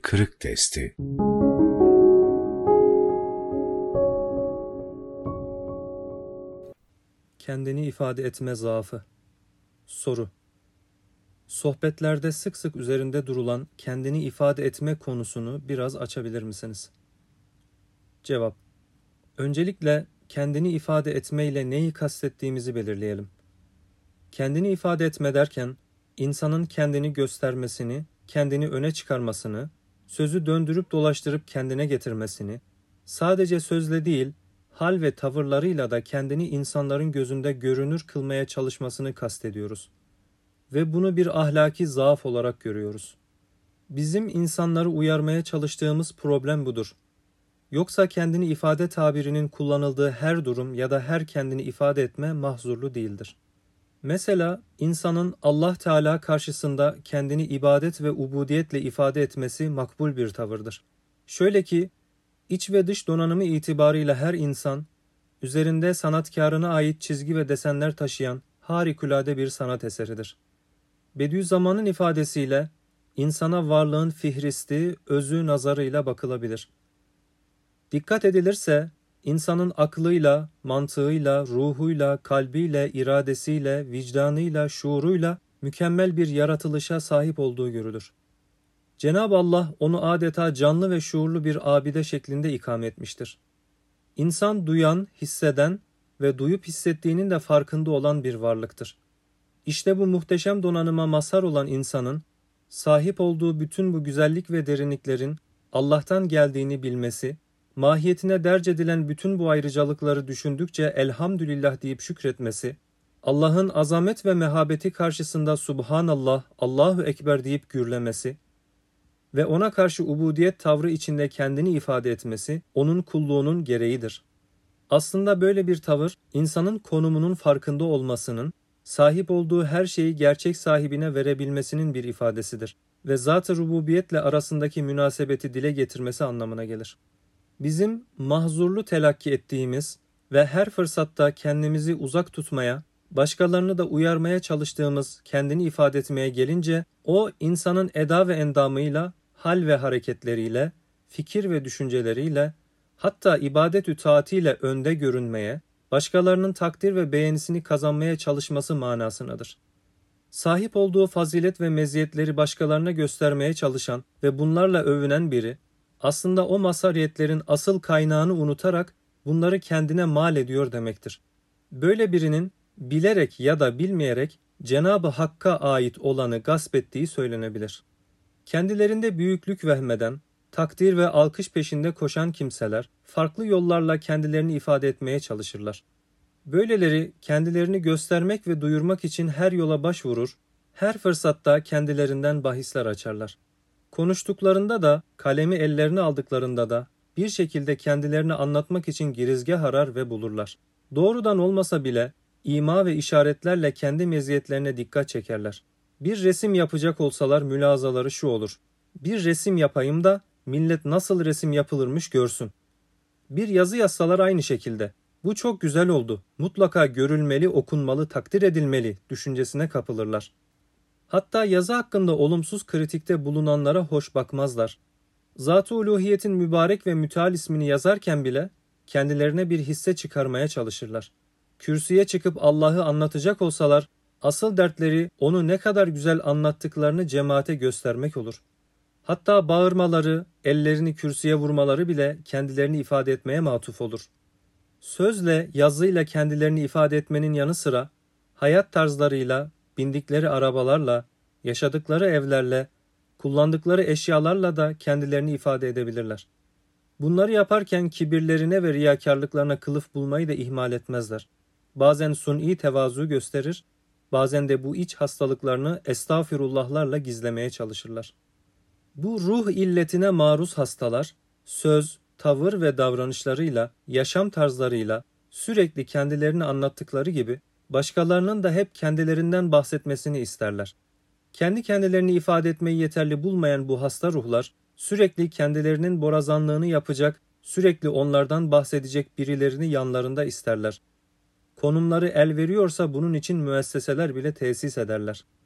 Kırık testi. Kendini ifade etme zaafı. Soru. Sohbetlerde sık sık üzerinde durulan kendini ifade etme konusunu biraz açabilir misiniz? Cevap. Öncelikle kendini ifade etmeyle neyi kastettiğimizi belirleyelim. Kendini ifade etme derken, insanın kendini göstermesini, kendini öne çıkarmasını, sözü döndürüp dolaştırıp kendine getirmesini, sadece sözle değil, hal ve tavırlarıyla da kendini insanların gözünde görünür kılmaya çalışmasını kastediyoruz. Ve bunu bir ahlaki zaaf olarak görüyoruz. Bizim insanları uyarmaya çalıştığımız problem budur. Yoksa kendini ifade tabirinin kullanıldığı her durum ya da her kendini ifade etme mahzurlu değildir. Mesela insanın Allah Teala karşısında kendini ibadet ve ubudiyetle ifade etmesi makbul bir tavırdır. Şöyle ki, iç ve dış donanımı itibarıyla her insan, üzerinde sanatkarına ait çizgi ve desenler taşıyan harikulade bir sanat eseridir. Bediüzzaman'ın ifadesiyle, insana varlığın fihristi, özü nazarıyla bakılabilir. Dikkat edilirse, insanın aklıyla, mantığıyla, ruhuyla, kalbiyle, iradesiyle, vicdanıyla, şuuruyla mükemmel bir yaratılışa sahip olduğu görülür. Cenab-ı Allah onu adeta canlı ve şuurlu bir abide şeklinde ikame etmiştir. İnsan duyan, hisseden ve duyup hissettiğinin de farkında olan bir varlıktır. İşte bu muhteşem donanıma mazhar olan insanın, sahip olduğu bütün bu güzellik ve derinliklerin Allah'tan geldiğini bilmesi, mahiyetine derc edilen bütün bu ayrıcalıkları düşündükçe elhamdülillah deyip şükretmesi, Allah'ın azamet ve mehabeti karşısında Subhanallah, Allahu Ekber deyip gürlemesi ve ona karşı ubudiyet tavrı içinde kendini ifade etmesi, onun kulluğunun gereğidir. Aslında böyle bir tavır, insanın konumunun farkında olmasının, sahip olduğu her şeyi gerçek sahibine verebilmesinin bir ifadesidir ve zat-ı rububiyetle arasındaki münasebeti dile getirmesi anlamına gelir. Bizim mahzurlu telakki ettiğimiz ve her fırsatta kendimizi uzak tutmaya, başkalarını da uyarmaya çalıştığımız kendini ifade etmeye gelince, o insanın eda ve endamıyla, hal ve hareketleriyle, fikir ve düşünceleriyle, hatta ibadet-ü taatiyle önde görünmeye, başkalarının takdir ve beğenisini kazanmaya çalışması manasındadır. Sahip olduğu fazilet ve meziyetleri başkalarına göstermeye çalışan ve bunlarla övünen biri, aslında o mazhariyetlerin asıl kaynağını unutarak bunları kendine mal ediyor demektir. Böyle birinin bilerek ya da bilmeyerek Cenab-ı Hakk'a ait olanı gasp ettiği söylenebilir. Kendilerinde büyüklük vehmeden, takdir ve alkış peşinde koşan kimseler farklı yollarla kendilerini ifade etmeye çalışırlar. Böyleleri kendilerini göstermek ve duyurmak için her yola başvurur, her fırsatta kendilerinden bahisler açarlar. Konuştuklarında da, kalemi ellerine aldıklarında da bir şekilde kendilerini anlatmak için girizgah arar ve bulurlar. Doğrudan olmasa bile ima ve işaretlerle kendi meziyetlerine dikkat çekerler. Bir resim yapacak olsalar mülazaları şu olur: bir resim yapayım da millet nasıl resim yapılırmış görsün. Bir yazı yazsalar aynı şekilde: bu çok güzel oldu, mutlaka görülmeli, okunmalı, takdir edilmeli düşüncesine kapılırlar. Hatta yazı hakkında olumsuz kritikte bulunanlara hoş bakmazlar. Zat-ı uluhiyetin mübarek ve müteal ismini yazarken bile kendilerine bir hisse çıkarmaya çalışırlar. Kürsüye çıkıp Allah'ı anlatacak olsalar, asıl dertleri onu ne kadar güzel anlattıklarını cemaate göstermek olur. Hatta bağırmaları, ellerini kürsüye vurmaları bile kendilerini ifade etmeye matuf olur. Sözle, yazıyla kendilerini ifade etmenin yanı sıra, hayat tarzlarıyla, bindikleri arabalarla, yaşadıkları evlerle, kullandıkları eşyalarla da kendilerini ifade edebilirler. Bunları yaparken kibirlerine ve riyakarlıklarına kılıf bulmayı da ihmal etmezler. Bazen suni tevazu gösterir, bazen de bu iç hastalıklarını estağfirullahlarla gizlemeye çalışırlar. Bu ruh illetine maruz hastalar, söz, tavır ve davranışlarıyla, yaşam tarzlarıyla sürekli kendilerini anlattıkları gibi, başkalarının da hep kendilerinden bahsetmesini isterler. Kendi kendilerini ifade etmeyi yeterli bulmayan bu hasta ruhlar, sürekli kendilerinin borazanlığını yapacak, sürekli onlardan bahsedecek birilerini yanlarında isterler. Konumları el veriyorsa bunun için müesseseler bile tesis ederler.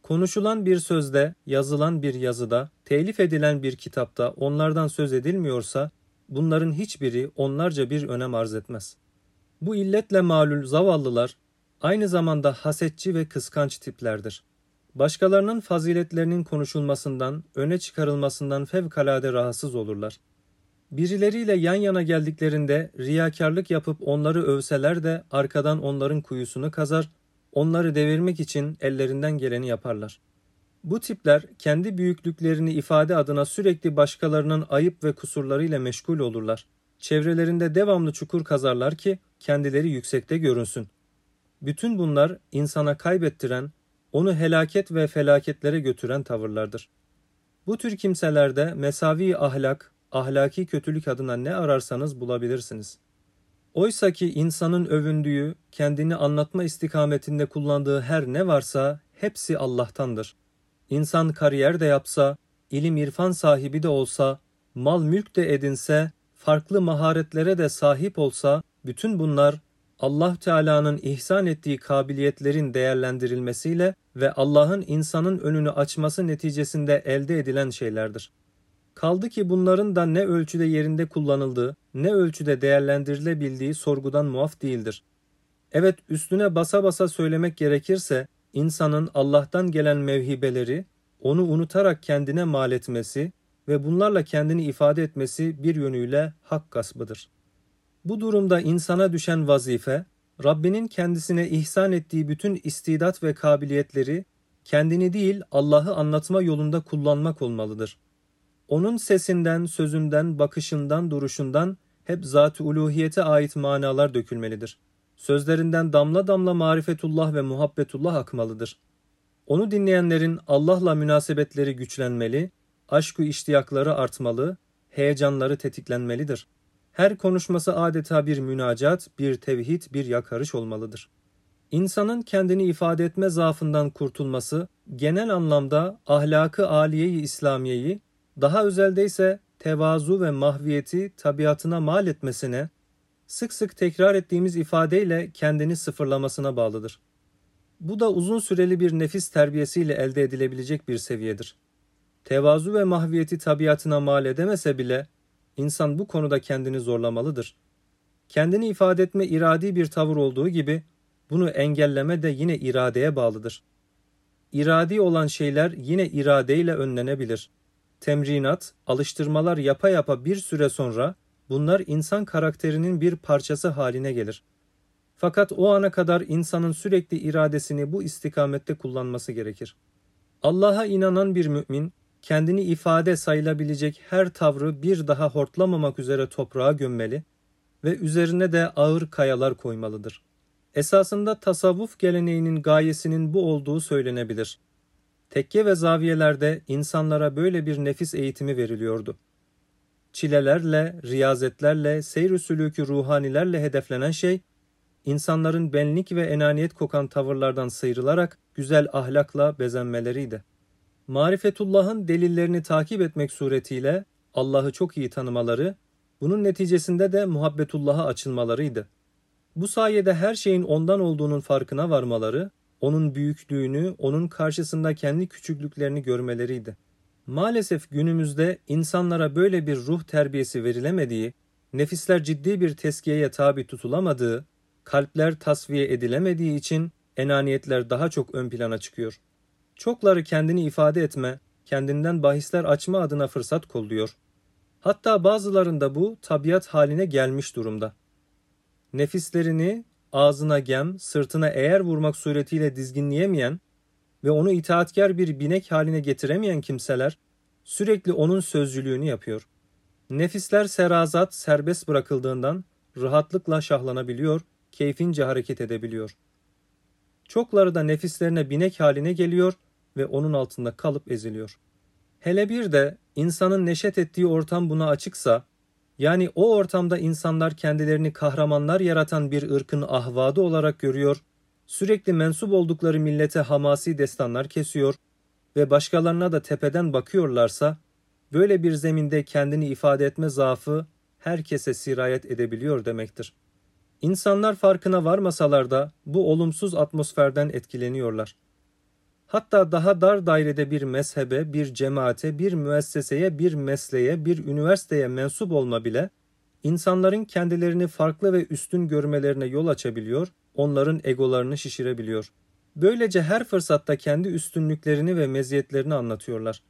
Konuşulan bir sözde, yazılan bir yazıda, telif edilen bir kitapta onlardan söz edilmiyorsa, bunların hiçbiri onlarca bir önem arz etmez. Bu illetle malul zavallılar, aynı zamanda hasetçi ve kıskanç tiplerdir. Başkalarının faziletlerinin konuşulmasından, öne çıkarılmasından fevkalade rahatsız olurlar. Birileriyle yan yana geldiklerinde riyakarlık yapıp onları övseler de arkadan onların kuyusunu kazar, onları devirmek için ellerinden geleni yaparlar. Bu tipler kendi büyüklüklerini ifade adına sürekli başkalarının ayıp ve kusurlarıyla meşgul olurlar. Çevrelerinde devamlı çukur kazarlar ki kendileri yüksekte görünsün. Bütün bunlar insana kaybettiren, onu helaket ve felaketlere götüren tavırlardır. Bu tür kimselerde mesavi ahlak, ahlaki kötülük adına ne ararsanız bulabilirsiniz. Oysa ki insanın övündüğü, kendini anlatma istikametinde kullandığı her ne varsa hepsi Allah'tandır. İnsan kariyer de yapsa, ilim irfan sahibi de olsa, mal mülk de edinse, farklı maharetlere de sahip olsa, bütün bunlar Allah Teala'nın ihsan ettiği kabiliyetlerin değerlendirilmesiyle ve Allah'ın insanın önünü açması neticesinde elde edilen şeylerdir. Kaldı ki bunların da ne ölçüde yerinde kullanıldığı, ne ölçüde değerlendirilebildiği sorgudan muaf değildir. Evet, üstüne basa basa söylemek gerekirse, insanın Allah'tan gelen mevhibeleri, onu unutarak kendine mal etmesi ve bunlarla kendini ifade etmesi bir yönüyle hak gaspıdır. Bu durumda insana düşen vazife, Rabbinin kendisine ihsan ettiği bütün istidat ve kabiliyetleri, kendini değil Allah'ı anlatma yolunda kullanmak olmalıdır. Onun sesinden, sözünden, bakışından, duruşundan hep zat-ı uluhiyete ait manalar dökülmelidir. Sözlerinden damla damla marifetullah ve muhabbetullah akmalıdır. Onu dinleyenlerin Allah'la münasebetleri güçlenmeli, aşk-ı iştiyakları artmalı, heyecanları tetiklenmelidir. Her konuşması adeta bir münacat, bir tevhid, bir yakarış olmalıdır. İnsanın kendini ifade etme zaafından kurtulması, genel anlamda ahlakı âliye-i İslamiye'yi, daha özelde ise tevazu ve mahviyeti tabiatına mal etmesine, sık sık tekrar ettiğimiz ifadeyle kendini sıfırlamasına bağlıdır. Bu da uzun süreli bir nefis terbiyesiyle elde edilebilecek bir seviyedir. Tevazu ve mahviyeti tabiatına mal edemese bile, insan bu konuda kendini zorlamalıdır. Kendini ifade etme iradi bir tavır olduğu gibi, bunu engelleme de yine iradeye bağlıdır. İradi olan şeyler yine iradeyle önlenebilir. Temrinat, alıştırmalar yapa yapa bir süre sonra bunlar insan karakterinin bir parçası haline gelir. Fakat o ana kadar insanın sürekli iradesini bu istikamette kullanması gerekir. Allah'a inanan bir mümin, kendini ifade sayılabilecek her tavrı bir daha hortlamamak üzere toprağa gömmeli ve üzerine de ağır kayalar koymalıdır. Esasında tasavvuf geleneğinin gayesinin bu olduğu söylenebilir. Tekke ve zaviyelerde insanlara böyle bir nefis eğitimi veriliyordu. Çilelerle, riyazetlerle, seyr-i sülûk-ü ruhanilerle hedeflenen şey, insanların benlik ve enaniyet kokan tavırlardan sıyrılarak güzel ahlakla bezenmeleriydi. Marifetullah'ın delillerini takip etmek suretiyle Allah'ı çok iyi tanımaları, bunun neticesinde de muhabbetullah'a açılmalarıydı. Bu sayede her şeyin ondan olduğunun farkına varmaları, onun büyüklüğünü, onun karşısında kendi küçüklüklerini görmeleriydi. Maalesef günümüzde insanlara böyle bir ruh terbiyesi verilemediği, nefisler ciddi bir tezkiyeye tabi tutulamadığı, kalpler tasfiye edilemediği için enaniyetler daha çok ön plana çıkıyor. Çokları kendini ifade etme, kendinden bahisler açma adına fırsat kolluyor. Hatta bazılarında bu tabiat haline gelmiş durumda. Nefislerini ağzına gem, sırtına eğer vurmak suretiyle dizginleyemeyen ve onu itaatkar bir binek haline getiremeyen kimseler sürekli onun sözcülüğünü yapıyor. Nefisler serazat serbest bırakıldığından rahatlıkla şahlanabiliyor, keyfince hareket edebiliyor. Çokları da nefislerine binek haline geliyor ve onun altında kalıp eziliyor. Hele bir de insanın neşet ettiği ortam buna açıksa, yani o ortamda insanlar kendilerini kahramanlar yaratan bir ırkın ahvadı olarak görüyor, sürekli mensup oldukları millete hamasi destanlar kesiyor ve başkalarına da tepeden bakıyorlarsa, böyle bir zeminde kendini ifade etme zaafı herkese sirayet edebiliyor demektir. İnsanlar farkına varmasalar da bu olumsuz atmosferden etkileniyorlar. Hatta daha dar dairede bir mezhebe, bir cemaate, bir müesseseye, bir mesleğe, bir üniversiteye mensup olma bile insanların kendilerini farklı ve üstün görmelerine yol açabiliyor, onların egolarını şişirebiliyor. Böylece her fırsatta kendi üstünlüklerini ve meziyetlerini anlatıyorlar.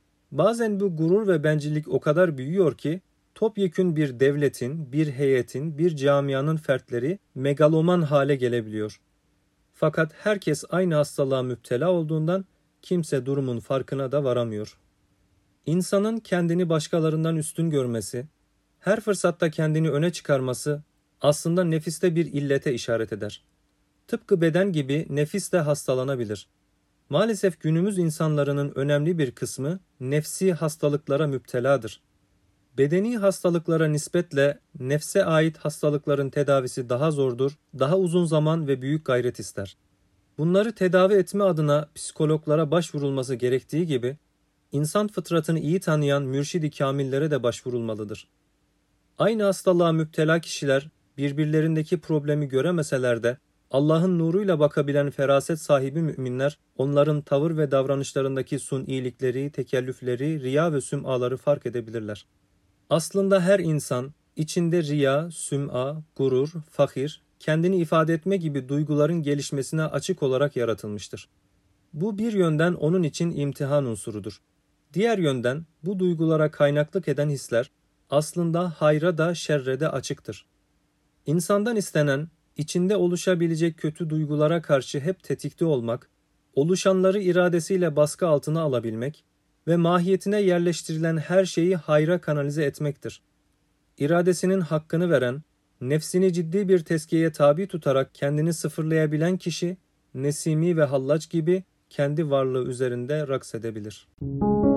Bazen bu gurur ve bencillik o kadar büyüyor ki, topyekün bir devletin, bir heyetin, bir camianın fertleri megaloman hale gelebiliyor. Fakat herkes aynı hastalığa müptela olduğundan kimse durumun farkına da varamıyor. İnsanın kendini başkalarından üstün görmesi, her fırsatta kendini öne çıkarması aslında nefiste bir illete işaret eder. Tıpkı beden gibi nefis de hastalanabilir. Maalesef günümüz insanlarının önemli bir kısmı nefsi hastalıklara müpteladır. Bedeni hastalıklara nispetle nefse ait hastalıkların tedavisi daha zordur, daha uzun zaman ve büyük gayret ister. Bunları tedavi etme adına psikologlara başvurulması gerektiği gibi, insan fıtratını iyi tanıyan mürşid-i kamillere de başvurulmalıdır. Aynı hastalığa müptela kişiler birbirlerindeki problemi göremeseler de Allah'ın nuruyla bakabilen feraset sahibi müminler onların tavır ve davranışlarındaki sunilikleri, tekellüfleri, riya ve süm'aları fark edebilirler. Aslında her insan içinde riya, süm'a, gurur, fakir, kendini ifade etme gibi duyguların gelişmesine açık olarak yaratılmıştır. Bu bir yönden onun için imtihan unsurudur. Diğer yönden bu duygulara kaynaklık eden hisler aslında hayra da şerre de açıktır. İnsandan istenen, içinde oluşabilecek kötü duygulara karşı hep tetikte olmak, oluşanları iradesiyle baskı altına alabilmek ve mahiyetine yerleştirilen her şeyi hayra kanalize etmektir. İradesinin hakkını veren, nefsini ciddi bir tezkiyeye tabi tutarak kendini sıfırlayabilen kişi, Nesimi ve Hallac gibi kendi varlığı üzerinde raks edebilir.